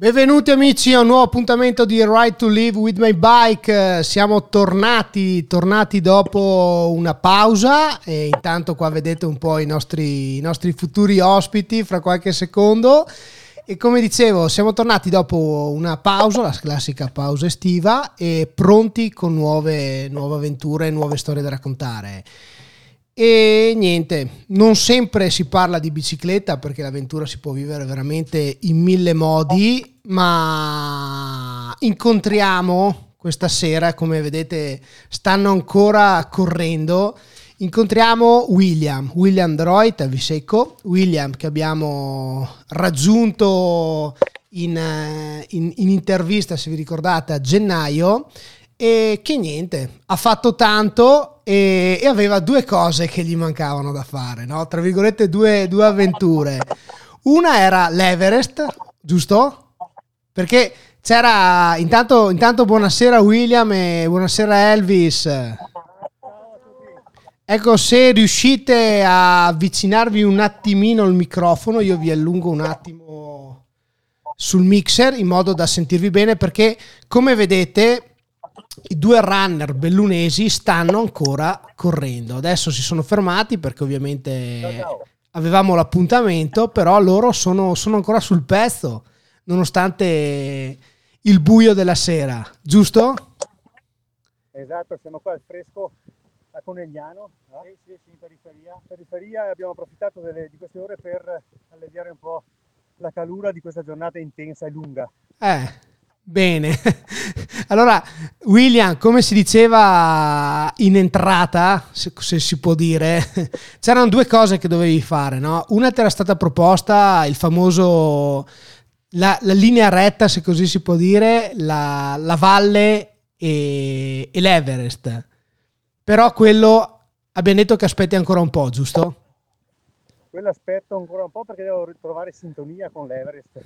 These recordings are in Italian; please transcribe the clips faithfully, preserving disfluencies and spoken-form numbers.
Benvenuti amici a un nuovo appuntamento di Ride to Live with my bike. Siamo tornati, tornati dopo una pausa e intanto qua vedete un po' i nostri, i nostri futuri ospiti fra qualche secondo. E come dicevo, siamo tornati dopo una pausa, la classica pausa estiva, e pronti con nuove, nuove avventure, nuove storie da raccontare. E niente, non sempre si parla di bicicletta perché l'avventura si può vivere veramente in mille modi, ma incontriamo questa sera, come vedete stanno ancora correndo, incontriamo William, William Droit a Visecco, William che abbiamo raggiunto in, in, in intervista, se vi ricordate, a gennaio, e che niente, ha fatto tanto e, e aveva due cose che gli mancavano da fare, no? Tra virgolette due, due avventure. Una era l'Everest, giusto? Perché c'era, intanto, intanto buonasera William e buonasera Elvis. Ecco, se riuscite a avvicinarvi un attimino il microfono, io vi allungo un attimo sul mixer in modo da sentirvi bene, perché come vedete i due runner bellunesi stanno ancora correndo. Adesso si sono fermati perché ovviamente avevamo l'appuntamento, però loro sono, sono ancora sul pezzo nonostante il buio della sera, giusto? Esatto, siamo qua al fresco a Conegliano, no? Sì, sì, sì, in periferia. In periferia abbiamo approfittato delle, di queste ore per alleviare un po' la calura di questa giornata intensa e lunga. Eh, bene. Allora, William, come si diceva in entrata, se, se si può dire, c'erano due cose che dovevi fare, no? Una ti era stata proposta, il famoso, la, la linea retta, se così si può dire, la, la valle e, e l'Everest. Però quello abbiamo detto che aspetti ancora un po', giusto? Quello aspetto ancora un po' perché devo trovare sintonia con l'Everest.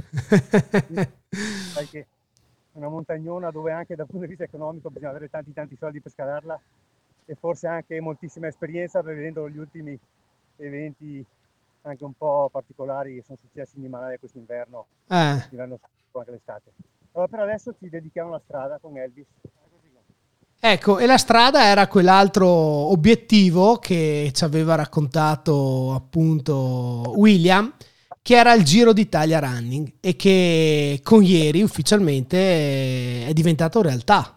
Sai che è una montagnona dove anche dal punto di vista economico bisogna avere tanti tanti soldi per scalarla e forse anche moltissima esperienza, vedendo gli ultimi eventi anche un po' particolari che sono successi in Himalaya quest'inverno, Eh. inverno anche l'estate. Allora per adesso ci dedichiamo alla strada con Elvis. Ecco, e la strada era quell'altro obiettivo che ci aveva raccontato appunto William, che era il Giro d'Italia Running e che con ieri ufficialmente è diventato realtà.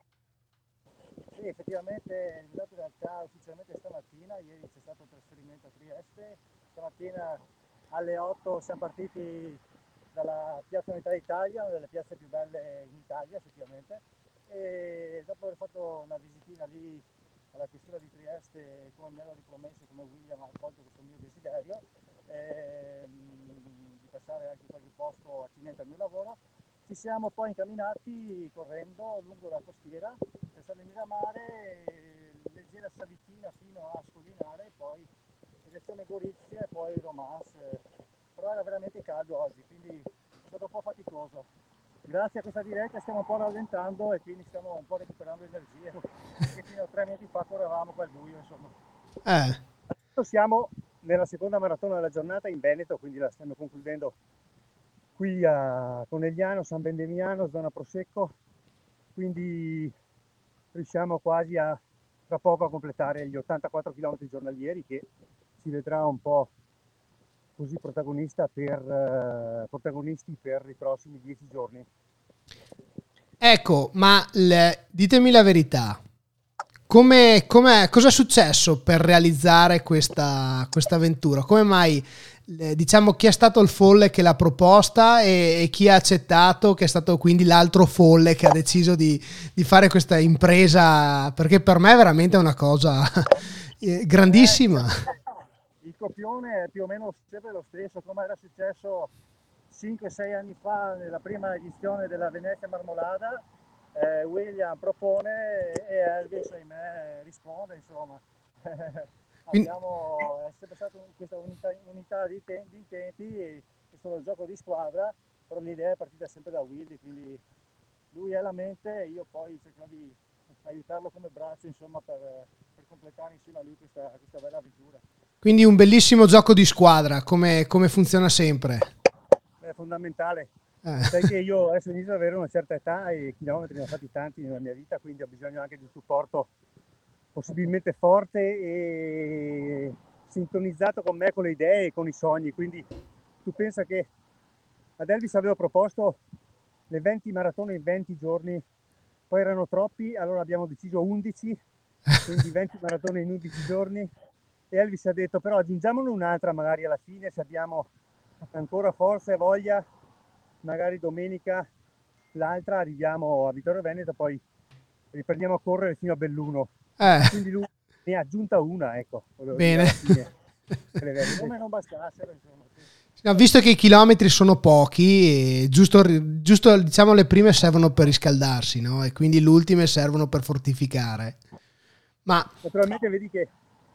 Sì, effettivamente è diventato realtà ufficialmente stamattina. Ieri c'è stato il trasferimento a Trieste, stamattina alle otto siamo partiti dalla Piazza Unità d'Italia, una delle piazze più belle in Italia effettivamente, e dopo aver fatto una visitina lì alla questura di Trieste, come mi ero ripromesso, come William ha accolto questo mio desiderio, ehm, di passare anche in qualche posto attinente al mio lavoro, ci siamo poi incamminati correndo lungo la costiera per salire Miramare, leggera salitina fino a Scollinare, poi direzione Gorizia e poi Romas, però era veramente caldo oggi, quindi è stato un po' faticoso. Grazie a questa diretta stiamo un po' rallentando e quindi stiamo un po' recuperando energie, perché fino a tre minuti fa correvamo qua al buio, insomma. Eh. Adesso siamo nella seconda maratona della giornata in Veneto, quindi la stiamo concludendo qui a Conegliano, San Bendemiano, zona Prosecco, quindi riusciamo quasi a, tra poco a completare gli ottantaquattro chilometri giornalieri, che ci vedrà un po' così protagonista per, eh, protagonisti per i prossimi dieci giorni. Ecco, ma le, ditemi la verità, come, come, cosa è successo per realizzare questa, questa avventura? Come mai, eh, diciamo, chi è stato il folle che l'ha proposta e, e chi ha accettato, che è stato quindi l'altro folle che ha deciso di, di fare questa impresa? Perché per me è veramente una cosa eh, grandissima. Il copione è più o meno sempre lo stesso, come era successo cinque sei anni fa nella prima edizione della Venezia Marmolada. eh, William propone e Elvis, ahimè, risponde, insomma. Abbiamo è sempre stata questa unità, unità di, te, di intenti e questo gioco di squadra, però l'idea è partita sempre da Willy, quindi lui è la mente e io poi cerco di aiutarlo come braccio, insomma, per, per completare insieme a lui questa, questa bella avventura. Quindi un bellissimo gioco di squadra, come, come funziona sempre. È fondamentale. Eh. Sai che io adesso inizio ad avere una certa età e i chilometri ne ho fatti tanti nella mia vita, quindi ho bisogno anche di un supporto possibilmente forte e sintonizzato con me, con le idee e con i sogni. Quindi tu pensa che ad Elvis avevo proposto le venti maratone in venti giorni, poi erano troppi, allora abbiamo deciso undici, quindi venti maratone in undici giorni. E Elvis ha detto però aggiungiamone un'altra magari alla fine, se abbiamo ancora forza e voglia, magari domenica l'altra arriviamo a Vittorio Veneto, poi riprendiamo a correre fino a Belluno. Eh. Quindi lui ne ha aggiunta una, ecco, volevo dire Bene. alla fine. Come non bastassero, insomma. No, visto che i chilometri sono pochi, eh, giusto, giusto diciamo le prime servono per riscaldarsi, no? E quindi le ultime servono per fortificare. Ma naturalmente vedi che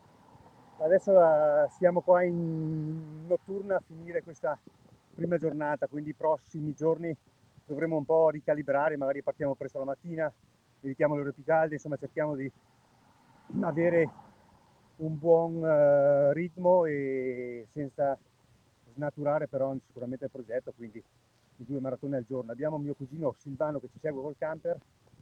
adesso uh, siamo qua in notturna a finire questa prima giornata, quindi i prossimi giorni dovremo un po' ricalibrare, magari partiamo presto la mattina, evitiamo le ore più calde, insomma cerchiamo di avere un buon uh, ritmo e senza snaturare però sicuramente il progetto, quindi i due maratone al giorno. Abbiamo mio cugino Silvano che ci segue col camper,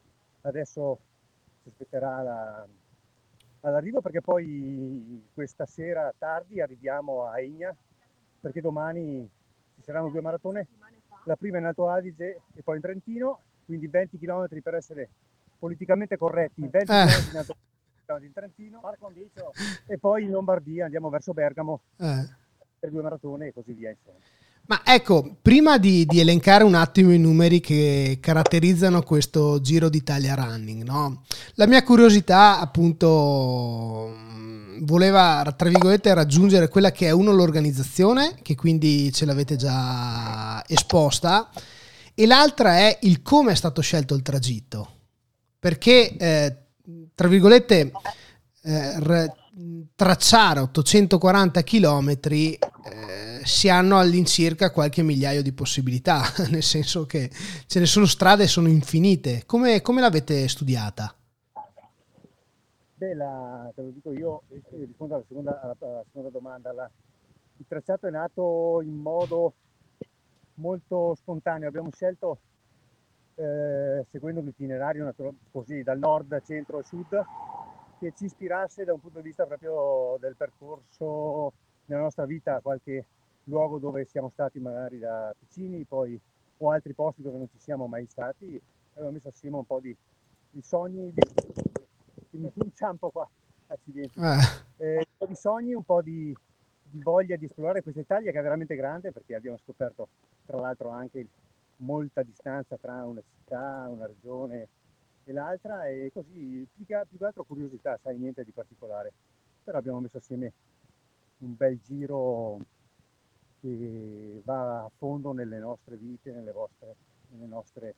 adesso ci aspetterà la, all'arrivo perché poi questa sera tardi arriviamo a Egna, perché domani ci saranno due maratone, la prima in Alto Adige e poi in Trentino, quindi venti chilometri per essere politicamente corretti, venti eh. chilometri in Alto Adige, in Trentino, e poi in Lombardia andiamo verso Bergamo Eh. per due maratone e così via, insomma. Ma ecco, prima di, di elencare un attimo i numeri che caratterizzano questo Giro d'Italia Running, no? La mia curiosità appunto voleva, tra virgolette, raggiungere quella che è uno l'organizzazione, che quindi ce l'avete già esposta, e l'altra è il come è stato scelto il tragitto, perché eh, tra virgolette eh, re, tracciare ottocentoquaranta chilometri eh, si hanno all'incirca qualche migliaio di possibilità, nel senso che ce ne sono strade, sono infinite. Come, come l'avete studiata? Beh, la, te lo dico io, rispondo alla seconda, alla, alla seconda domanda. La, il tracciato è nato in modo molto spontaneo. Abbiamo scelto, eh, seguendo l'itinerario così dal nord, centro e sud, che ci ispirasse da un punto di vista proprio del percorso nella nostra vita, qualche luogo dove siamo stati magari da piccini, poi o altri posti dove non ci siamo mai stati. Abbiamo messo assieme un po' di, di sogni, di, mi inciampo qua, accidenti, Eh. Eh, un po' di sogni, un po' di, di voglia di esplorare questa Italia che è veramente grande, perché abbiamo scoperto tra l'altro anche molta distanza tra una città, una regione e l'altra, e così più che, più che altro curiosità, sai, niente di particolare, però abbiamo messo assieme un bel giro che va a fondo nelle nostre vite, nelle vostre, nelle nostre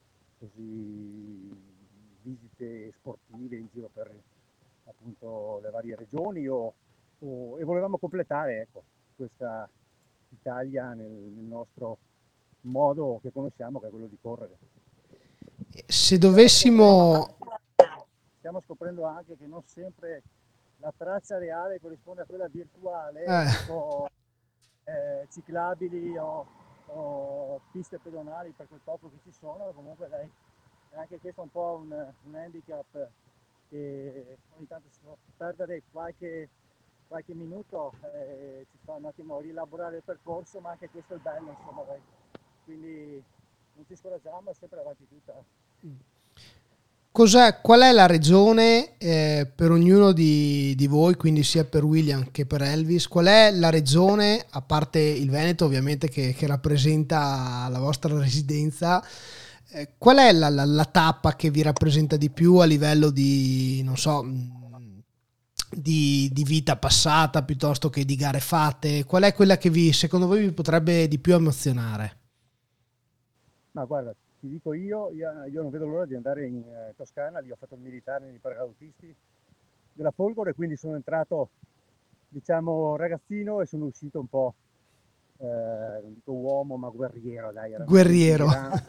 così visite sportive in giro per appunto le varie regioni o, o, e volevamo completare, ecco, questa Italia nel, nel nostro modo che conosciamo, che è quello di correre. Se dovessimo... Stiamo scoprendo anche che non sempre la traccia reale corrisponde a quella virtuale, Eh. tipo eh, ciclabili o, o piste pedonali per quel poco che ci sono. Comunque dai, anche questo è un po' un, un handicap che ogni tanto si può perdere qualche, qualche minuto, eh, ci fa un attimo rielaborare il percorso, ma anche questo è il bello, insomma, dai. Quindi non ci scoraggiamo, è sempre avanti tutta. Cos'è, qual è la regione eh, per ognuno di, di voi, quindi sia per William che per Elvis, qual è la regione, a parte il Veneto ovviamente che, che rappresenta la vostra residenza, eh, qual è la, la, la tappa che vi rappresenta di più a livello di, non so, di, di vita passata piuttosto che di gare fatte? Qual è quella che vi, secondo voi vi potrebbe di più emozionare? Ma guarda, ti dico io, io, io non vedo l'ora di andare in eh, Toscana, lì ho fatto il militare nei paracadutisti della Folgore, quindi sono entrato, diciamo, ragazzino e sono uscito un po', eh, non dico uomo, ma guerriero, dai. Era Guerriero.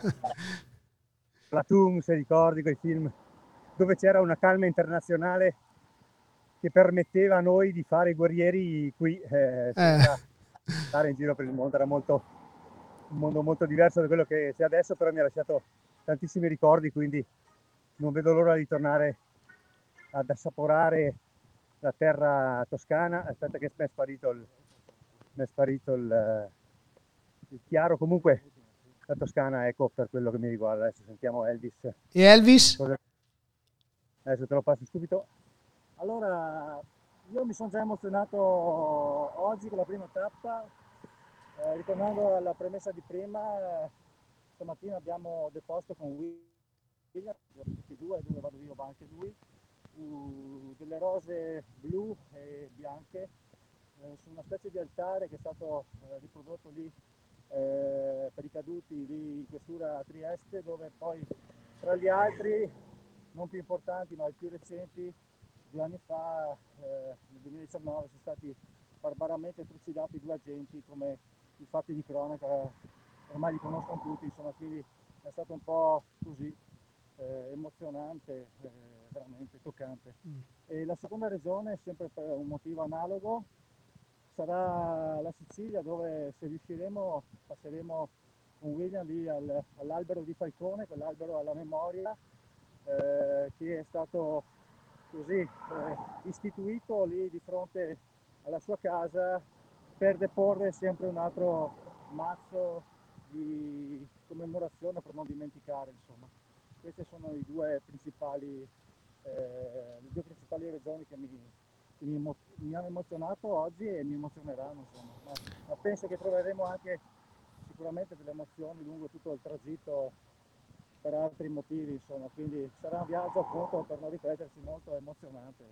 Platoon, se ricordi, quei film dove c'era una calma internazionale che permetteva a noi di fare i guerrieri qui, eh, senza Eh. stare in giro per il mondo, era molto... un mondo molto diverso da quello che c'è adesso, però mi ha lasciato tantissimi ricordi, quindi non vedo l'ora di tornare ad assaporare la terra toscana. Aspetta che mi è sparito il, mi è sparito il, il chiaro. Comunque la Toscana, ecco, per quello che mi riguarda. Adesso sentiamo Elvis. E Elvis? Cosa... Adesso te lo passo subito. Allora, io mi sono già emozionato oggi con la prima tappa, eh, ritornando alla premessa di prima. Stamattina abbiamo deposto con William, tutti e due, dove vado io va anche lui, uh, delle rose blu e bianche eh, su una specie di altare che è stato eh, riprodotto lì eh, per i caduti lì in questura a Trieste, dove poi tra gli altri, non più importanti ma i più recenti, due anni fa, eh, nel duemiladiciannove, sono stati barbaramente trucidati due agenti, come i fatti di cronaca ormai li conoscono tutti, insomma, quindi è stato un po' così eh, emozionante, eh, veramente toccante. Mm. E la seconda regione, sempre per un motivo analogo, sarà la Sicilia, dove se riusciremo passeremo con William lì al, all'albero di Falcone, quell'albero alla memoria, eh, che è stato così eh, istituito lì di fronte alla sua casa per deporre sempre un altro mazzo di commemorazione per non dimenticare, insomma. Queste sono i due principali, eh, le due principali regioni che mi, che mi, emo, mi hanno emozionato oggi e mi emozioneranno, insomma. Ma, ma penso che troveremo anche sicuramente delle emozioni lungo tutto il tragitto per altri motivi, insomma, quindi sarà un viaggio, appunto, per non ripeterci, molto emozionante.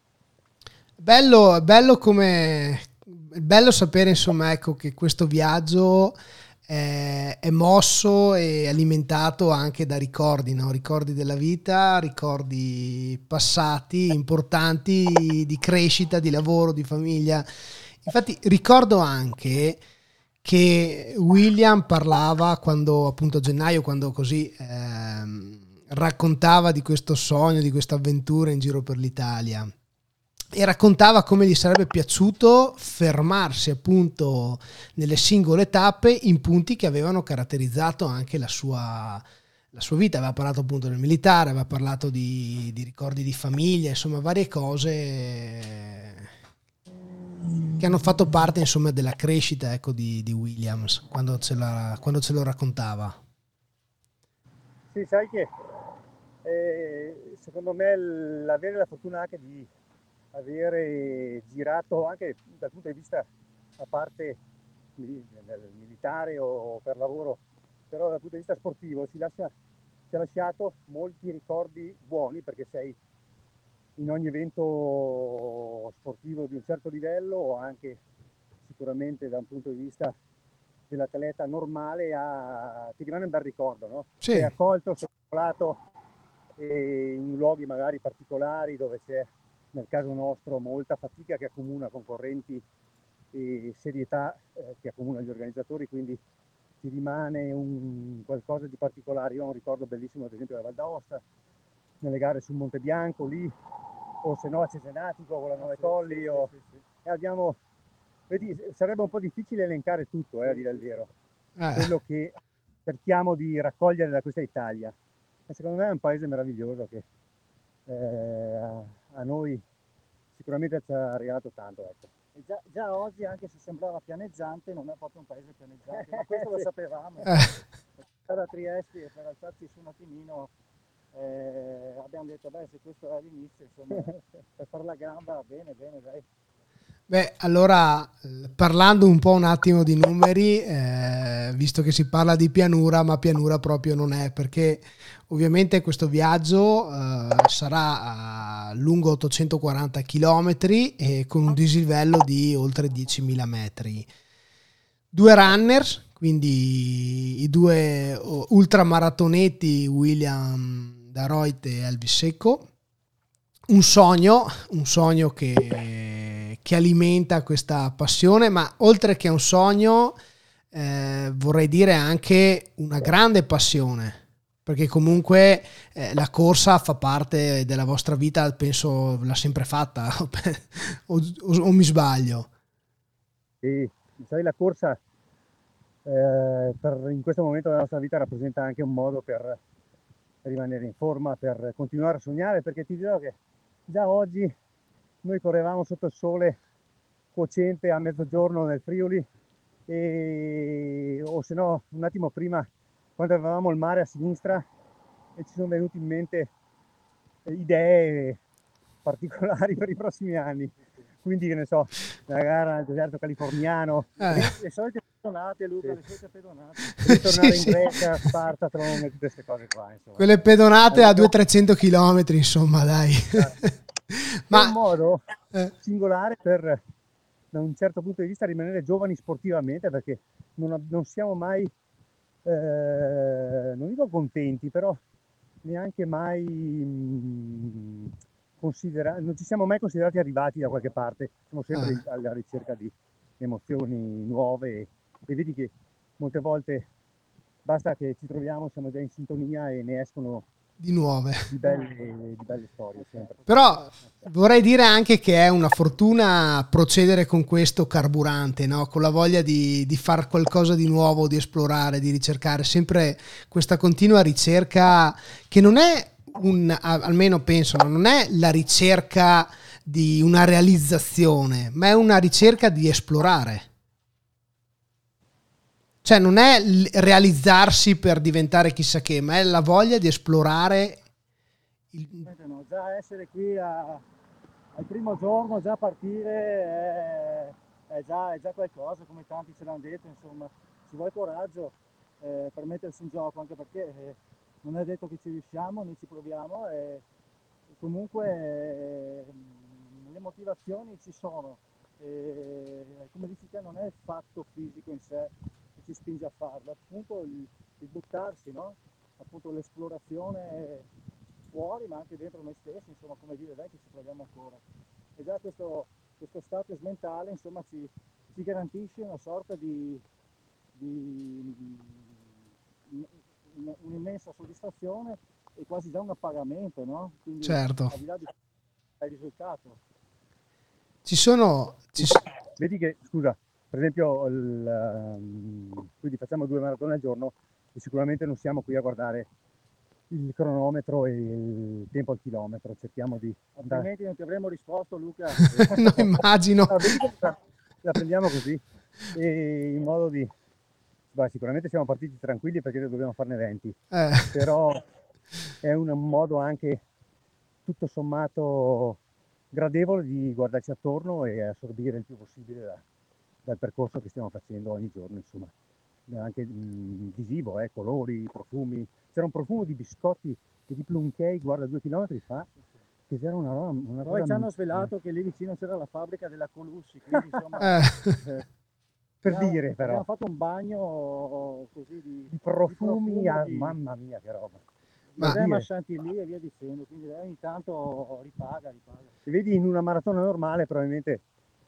Bello, bello come bello sapere, insomma, ecco, che questo viaggio è, è mosso e alimentato anche da ricordi, no? Ricordi della vita, ricordi passati importanti di crescita, di lavoro, di famiglia. Infatti ricordo anche che William parlava quando, appunto, a gennaio, quando così ehm, raccontava di questo sogno, di questa avventura in giro per l'Italia, e raccontava come gli sarebbe piaciuto fermarsi appunto nelle singole tappe in punti che avevano caratterizzato anche la sua, la sua vita. Aveva parlato appunto del militare, aveva parlato di, di ricordi di famiglia, insomma varie cose che hanno fatto parte, insomma, della crescita, ecco, di, di Williams quando ce, la, quando ce lo raccontava. Sì, sai che eh, secondo me l'avere la fortuna anche di avere girato anche dal punto di vista, a parte militare o per lavoro, però dal punto di vista sportivo ci, lascia, ci ha lasciato molti ricordi buoni, perché sei in ogni evento sportivo di un certo livello, o anche sicuramente da un punto di vista dell'atleta normale, a, ti rimane un bel ricordo, no? Sì. Sei accolto, sei accolato e in luoghi magari particolari dove c'è, nel caso nostro, molta fatica che accomuna concorrenti e serietà eh, che accomuna gli organizzatori, quindi ti rimane un qualcosa di particolare. Io ho un ricordo bellissimo, ad esempio, della Val d'Aosta, nelle gare sul Monte Bianco lì, o se no a Cesenatico con la Nove Colli, o... e abbiamo, vedi, sarebbe un po' difficile elencare tutto, eh, a dire il vero, eh. quello che cerchiamo di raccogliere da questa Italia. E secondo me è un paese meraviglioso che eh, a, a noi sicuramente ci ha regalato tanto, ecco. E già, già oggi, anche se sembrava pianeggiante, non è proprio un paese pianeggiante, ma questo lo sapevamo. Da Trieste, e per alzarci su un attimino, eh, abbiamo detto, beh, se questo è l'inizio, insomma, per fare la gamba, bene, bene, dai. Beh, allora, parlando un po' un attimo di numeri, eh, visto che si parla di pianura, ma pianura proprio non è, perché ovviamente questo viaggio eh, sarà lungo ottocentoquaranta chilometri e con un dislivello di oltre diecimila metri. Due runners, quindi i due ultramaratoneti William Daroit e Elvis Secco. Un sogno, un sogno che, che alimenta questa passione, ma oltre che un sogno, eh, vorrei dire anche una grande passione, perché comunque eh, la corsa fa parte della vostra vita, penso l'ha sempre fatta, o, o, o mi sbaglio? Sì, sai, la corsa eh, per, in questo momento della nostra vita rappresenta anche un modo per rimanere in forma, per continuare a sognare, perché ti dirò che già oggi noi correvamo sotto il sole cocente a mezzogiorno nel Friuli, e, o se no un attimo prima quando avevamo il mare a sinistra, e ci sono venuti in mente idee particolari per i prossimi anni. Quindi, che ne so, la gara nel deserto californiano, Eh. le solite pedonate, Luca, le solite pedonate, ritornare Sì, in sì. Grecia, Sparta, Tron e tutte queste cose qua, insomma. Quelle pedonate a Allora, duecento trecento chilometri, insomma, dai. è Ma un modo eh, singolare per, da un certo punto di vista, rimanere giovani sportivamente, perché non, ab- non siamo mai, eh, non dico contenti, però neanche mai mm, considera- non ci siamo mai considerati arrivati da qualche parte, siamo sempre eh, alla ricerca di emozioni nuove, e, e vedi che molte volte basta che ci troviamo, siamo già in sintonia e ne escono di nuove. di belle, di belle storie sempre. Però vorrei dire anche che è una fortuna procedere con questo carburante, no? Con la voglia di, di fare qualcosa di nuovo, di esplorare, di ricercare, sempre questa continua ricerca che non è un, almeno penso, non è la ricerca di una realizzazione, ma è una ricerca di esplorare. Cioè non è l- realizzarsi per diventare chissà che, ma è la voglia di esplorare il- No, già essere qui a- al primo giorno, già partire è, è già, è già qualcosa, come tanti ce l'hanno detto, insomma, ci vuole coraggio eh, per mettersi in gioco, anche perché eh, non è detto che ci riusciamo, noi ci proviamo, e comunque eh, le motivazioni ci sono, e, come dici te, non è il fatto fisico in sé che ci spinge a farlo, appunto il, il buttarsi, no? Appunto l'esplorazione fuori, ma anche dentro noi stessi, insomma, come dire, dai che ci proviamo ancora. E già questo, questo status mentale, insomma, ci, ci garantisce una sorta di, di un'immensa soddisfazione e quasi già un appagamento, no? Quindi certo. al di là di- del risultato. Ci sono, ci s- Vedi che, scusa, per esempio, il, ehm, quindi facciamo due maratone al giorno e sicuramente non siamo qui a guardare il cronometro e il tempo al chilometro, cerchiamo di andare. Altrimenti non ti avremmo risposto, Luca. no, immagino. No, vedi che la, la prendiamo così, e in modo di... Beh, sicuramente siamo partiti tranquilli perché dobbiamo farne venti, Eh, però è un modo anche tutto sommato gradevole di guardarci attorno e assorbire il più possibile da- dal percorso che stiamo facendo ogni giorno, insomma. Anche mh, visivo, eh, colori, profumi. C'era un profumo di biscotti e di plum cake, guarda, due chilometri fa, che c'era una roba, una Poi ci hanno svelato che lì vicino c'era la fabbrica della Colussi, quindi insomma, eh. eh, per abbiamo, dire però. Abbiamo fatto un bagno così di, di profumi, di, a, di, mamma mia che roba. Ma- Crema chantilly e via dicendo, quindi ogni tanto ripaga, ripaga. Se vedi in una maratona normale probabilmente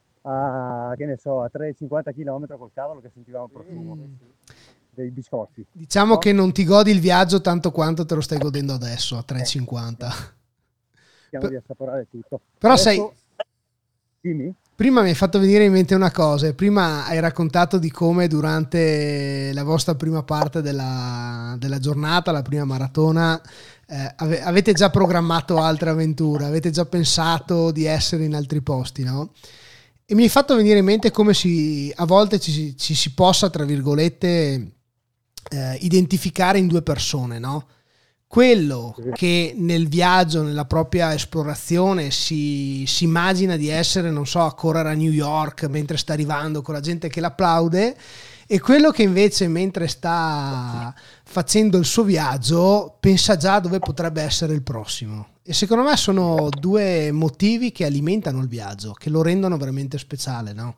a, che ne so, a tre virgola cinquanta chilometri col cavolo che sentivamo il profumo Mm. dei biscotti. Diciamo No? che non ti godi il viaggio tanto quanto te lo stai godendo adesso a tre virgola cinquanta. Cerchiamo di assaporare tutto. Però Adesso, sai, dimmi. prima mi hai fatto venire in mente una cosa. Prima hai raccontato di come durante la vostra prima parte della, della giornata, la prima maratona, eh, ave- avete già programmato altre avventure, avete già pensato di essere in altri posti, no? E mi hai fatto venire in mente come si, a volte ci, si- ci si possa, tra virgolette, eh, identificare in due persone, no? Quello che nel viaggio, nella propria esplorazione si, si immagina di essere, non so, a correre a New York mentre sta arrivando con la gente che l'applaude, e quello che invece mentre sta facendo il suo viaggio pensa già dove potrebbe essere il prossimo. E secondo me sono due motivi che alimentano il viaggio, che lo rendono veramente speciale, no?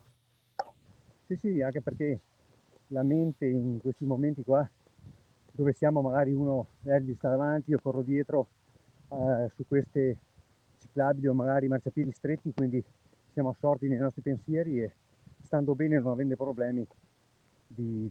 Sì, sì, anche perché la mente in questi momenti qua, dove siamo, magari uno Elvis sta davanti, io corro dietro eh, su queste ciclabili o magari marciapiedi stretti, quindi siamo assorti nei nostri pensieri e stando bene, non avendo problemi di,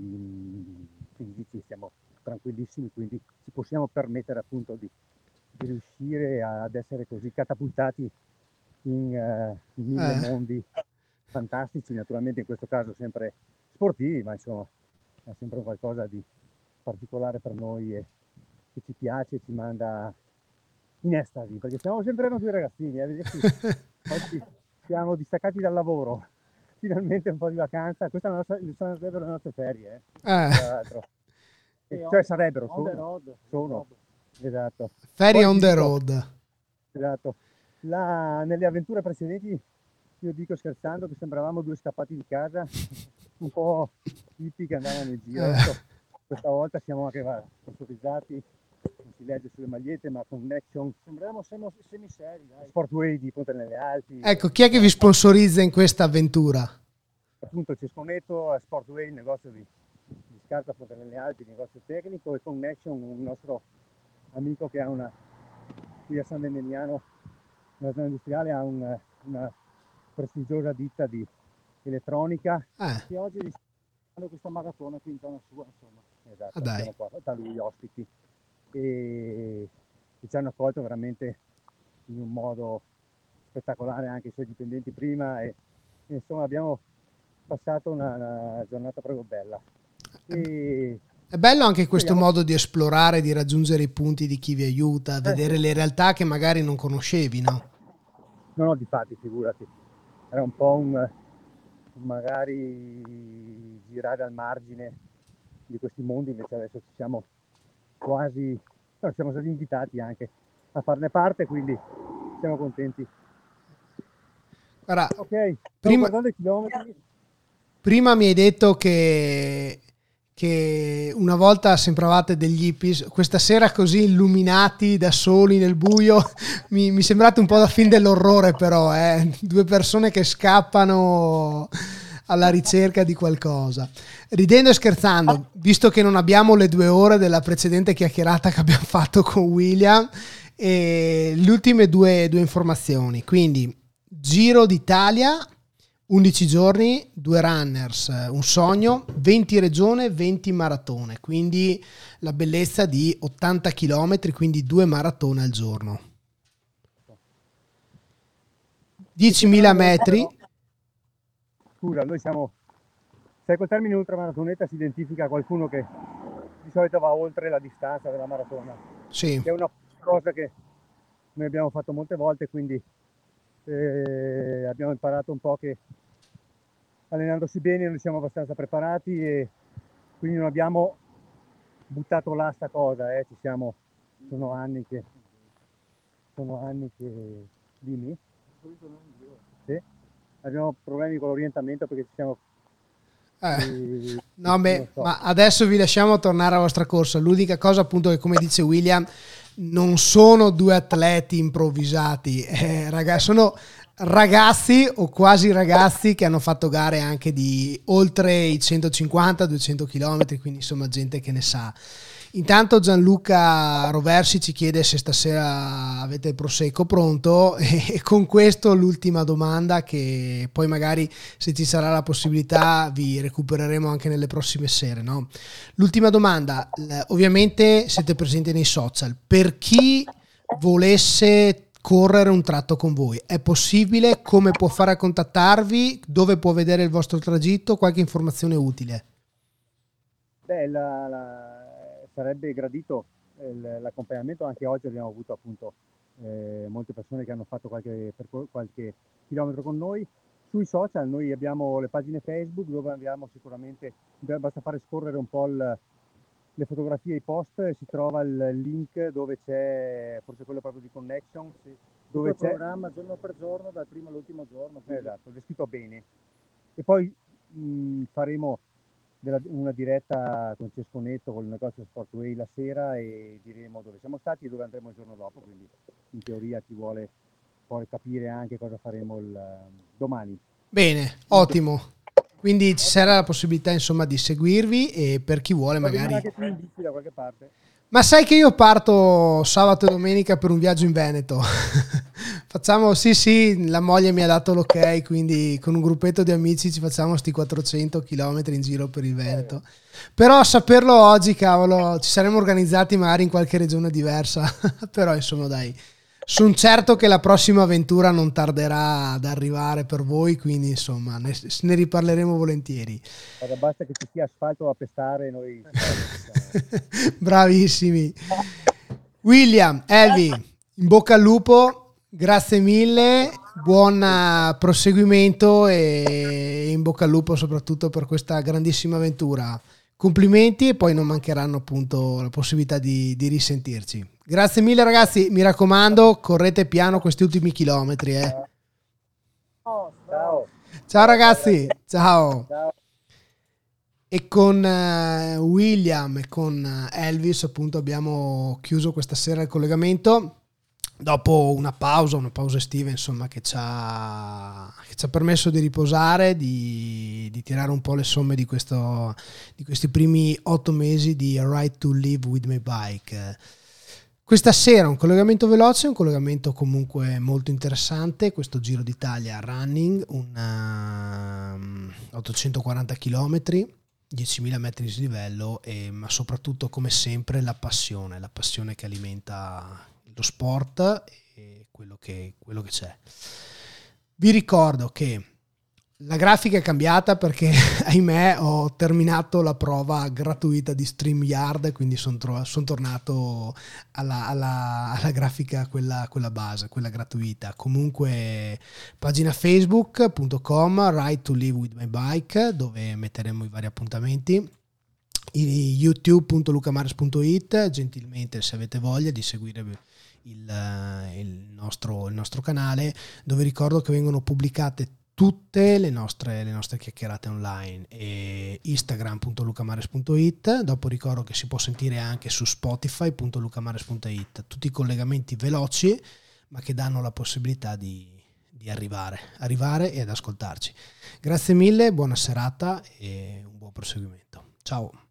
di, quindi siamo tranquillissimi, quindi ci possiamo permettere appunto di, di riuscire ad essere così catapultati in, uh, in mille Eh. mondi fantastici, naturalmente in questo caso sempre sportivi, ma insomma è sempre qualcosa di particolare per noi e che ci piace, ci manda in estasi, perché siamo sempre noi due ragazzini, eh, vederci, oggi siamo distaccati dal lavoro, finalmente un po' di vacanza, questa è la nostra, sarebbero le nostre ferie, eh. Eh. Tra l'altro. E cioè sarebbero, On the sono, road. sono, esatto. Ferie Poi on ti the dico- road. Esatto. La- nelle avventure precedenti io dico scherzando che sembravamo due scappati di casa, un po' hippie che andavano in giro. Eh. Adesso, questa volta siamo anche va, sponsorizzati, non si legge sulle magliette, ma Connection Sembriamo semi- semiseri, dai. Sportway di Ponte nelle Alpi. Ecco, chi è che vi sponsorizza in questa avventura? Appunto Cesconetto, Sportway, il negozio di, di scarpa Ponte nelle Alpi, il negozio tecnico, e Connection, un nostro amico che ha una, qui a San Demiano, nella zona industriale, ha un- una prestigiosa ditta di elettronica. Eh, Che oggi hanno questa maratona qui in zona sua, insomma. Esatto, Ah, dai. siamo qua da lui ospiti e, e ci hanno accolto veramente in un modo spettacolare, anche i suoi dipendenti prima, e, e insomma abbiamo passato una, una giornata proprio bella. E, è bello anche questo Speriamo- modo di esplorare, di raggiungere i punti di chi vi aiuta, vedere le realtà che magari non conoscevi, no? no, no, difatti, figurati, era un po' un magari girare al margine di questi mondi, invece adesso ci siamo quasi, no, siamo stati invitati anche a farne parte, quindi siamo contenti. Guarda, Ok, stiamo Prima- guardando i chilometri. prima mi hai detto che, che una volta sembravate degli hippies, questa sera così illuminati da soli nel buio, mi, mi sembrate un po' da film dell'orrore però, eh? Due persone che scappano alla ricerca di qualcosa. Ridendo e scherzando, visto che non abbiamo le due ore della precedente chiacchierata che abbiamo fatto con William, e le ultime due, due informazioni, quindi Giro d'Italia, undici giorni, due runners, eh, un sogno, venti regione, venti maratone, quindi la bellezza di ottanta chilometri, quindi due maratone al giorno. diecimila metri, Scusa, noi siamo, sai, col termine ultramaratoneta si identifica qualcuno che di solito va oltre la distanza della maratona, sì, che è una cosa che noi abbiamo fatto molte volte, quindi eh, abbiamo imparato un po' che allenandosi bene noi siamo abbastanza preparati e quindi non abbiamo buttato là sta cosa, eh. Ci siamo, sono anni che, sono anni che, dimmi? Sì, abbiamo problemi con l'orientamento perché ci siamo... eh. eh, No, non beh, so. ma adesso vi lasciamo tornare alla vostra corsa. L'unica cosa appunto che, come dice William, non sono due atleti improvvisati, eh, ragazzi, sono ragazzi o quasi ragazzi che hanno fatto gare anche di oltre i centocinquanta duecento chilometri, quindi insomma gente che ne sa. Intanto Gianluca Roversi ci chiede se stasera avete il prosecco pronto, e con questo l'ultima domanda, che poi magari se ci sarà la possibilità vi recupereremo anche nelle prossime sere, no? L'ultima domanda, l- ovviamente siete presenti nei social, per chi volesse correre un tratto con voi è possibile? Come può fare a contattarvi? Dove può vedere il vostro tragitto? Qualche informazione utile? Beh, la- la- sarebbe gradito eh, l- l'accompagnamento. Anche oggi abbiamo avuto appunto eh, molte persone che hanno fatto qualche, percor- qualche chilometro con noi. Sui social noi abbiamo le pagine Facebook dove abbiamo sicuramente, basta fare scorrere un po' il- le fotografie e i post, e si trova il link dove c'è, forse quello proprio di Connection, dove Il c'è... programma giorno per giorno, dal primo all'ultimo giorno. quindi- Esatto, descritto bene. E poi mh, faremo della- una diretta con Cesconetto, con il negozio Sportway la sera, e diremo dove siamo stati e dove andremo il giorno dopo, quindi in teoria chi vuole poi capire anche cosa faremo il domani. Bene, ottimo. Quindi ci sarà la possibilità insomma di seguirvi, e per chi vuole Poi venire magari... anche tu in bici da qualche parte. Ma sai che io parto sabato e domenica per un viaggio in Veneto. Facciamo, sì sì, la moglie mi ha dato l'ok, quindi con un gruppetto di amici ci facciamo sti quattrocento chilometri in giro per il Veneto. Però a saperlo oggi, cavolo, ci saremmo organizzati magari in qualche regione diversa. Però insomma dai, sono certo che la prossima avventura non tarderà ad arrivare per voi, quindi insomma ne, ne riparleremo volentieri. Allora, basta che ci sia asfalto a pestare, noi bravissimi. William, Elvi, in bocca al lupo, grazie mille, buon proseguimento e in bocca al lupo soprattutto per questa grandissima avventura. Complimenti e poi non mancheranno appunto la possibilità di, di risentirci. Grazie mille ragazzi, mi raccomando, correte piano questi ultimi chilometri. Eh. ciao. Ciao ragazzi, ciao. Ciao. E con uh, William e con Elvis appunto abbiamo chiuso questa sera il collegamento dopo una pausa, una pausa estiva insomma che ci ha, che ci ha permesso di riposare, di, di tirare un po' le somme di, questo, di questi primi otto mesi di A Ride to Live with My Bike. Questa sera un collegamento veloce, un collegamento comunque molto interessante, questo Giro d'Italia running, un uh, ottocentoquaranta chilometri, diecimila metri di dislivello, e, ma soprattutto come sempre la passione, la passione che alimenta lo sport e quello che, quello che c'è. Vi ricordo che la grafica è cambiata perché ahimè ho terminato la prova gratuita di StreamYard, quindi sono tro- son tornato alla, alla, alla grafica quella, quella base, quella gratuita. Comunque pagina facebook punto com Ride to Live with My Bike, dove metteremo i vari appuntamenti, youtube punto lucamares punto it, gentilmente se avete voglia di seguire il, il, nostro, il nostro canale, dove ricordo che vengono pubblicate tutte le nostre, le nostre chiacchierate online, e instagram punto lucamares punto it. Dopo ricordo che si può sentire anche su spotify punto lucamares punto it, tutti i collegamenti veloci ma che danno la possibilità di, di arrivare, arrivare e ad ascoltarci. Grazie mille, buona serata e un buon proseguimento. Ciao.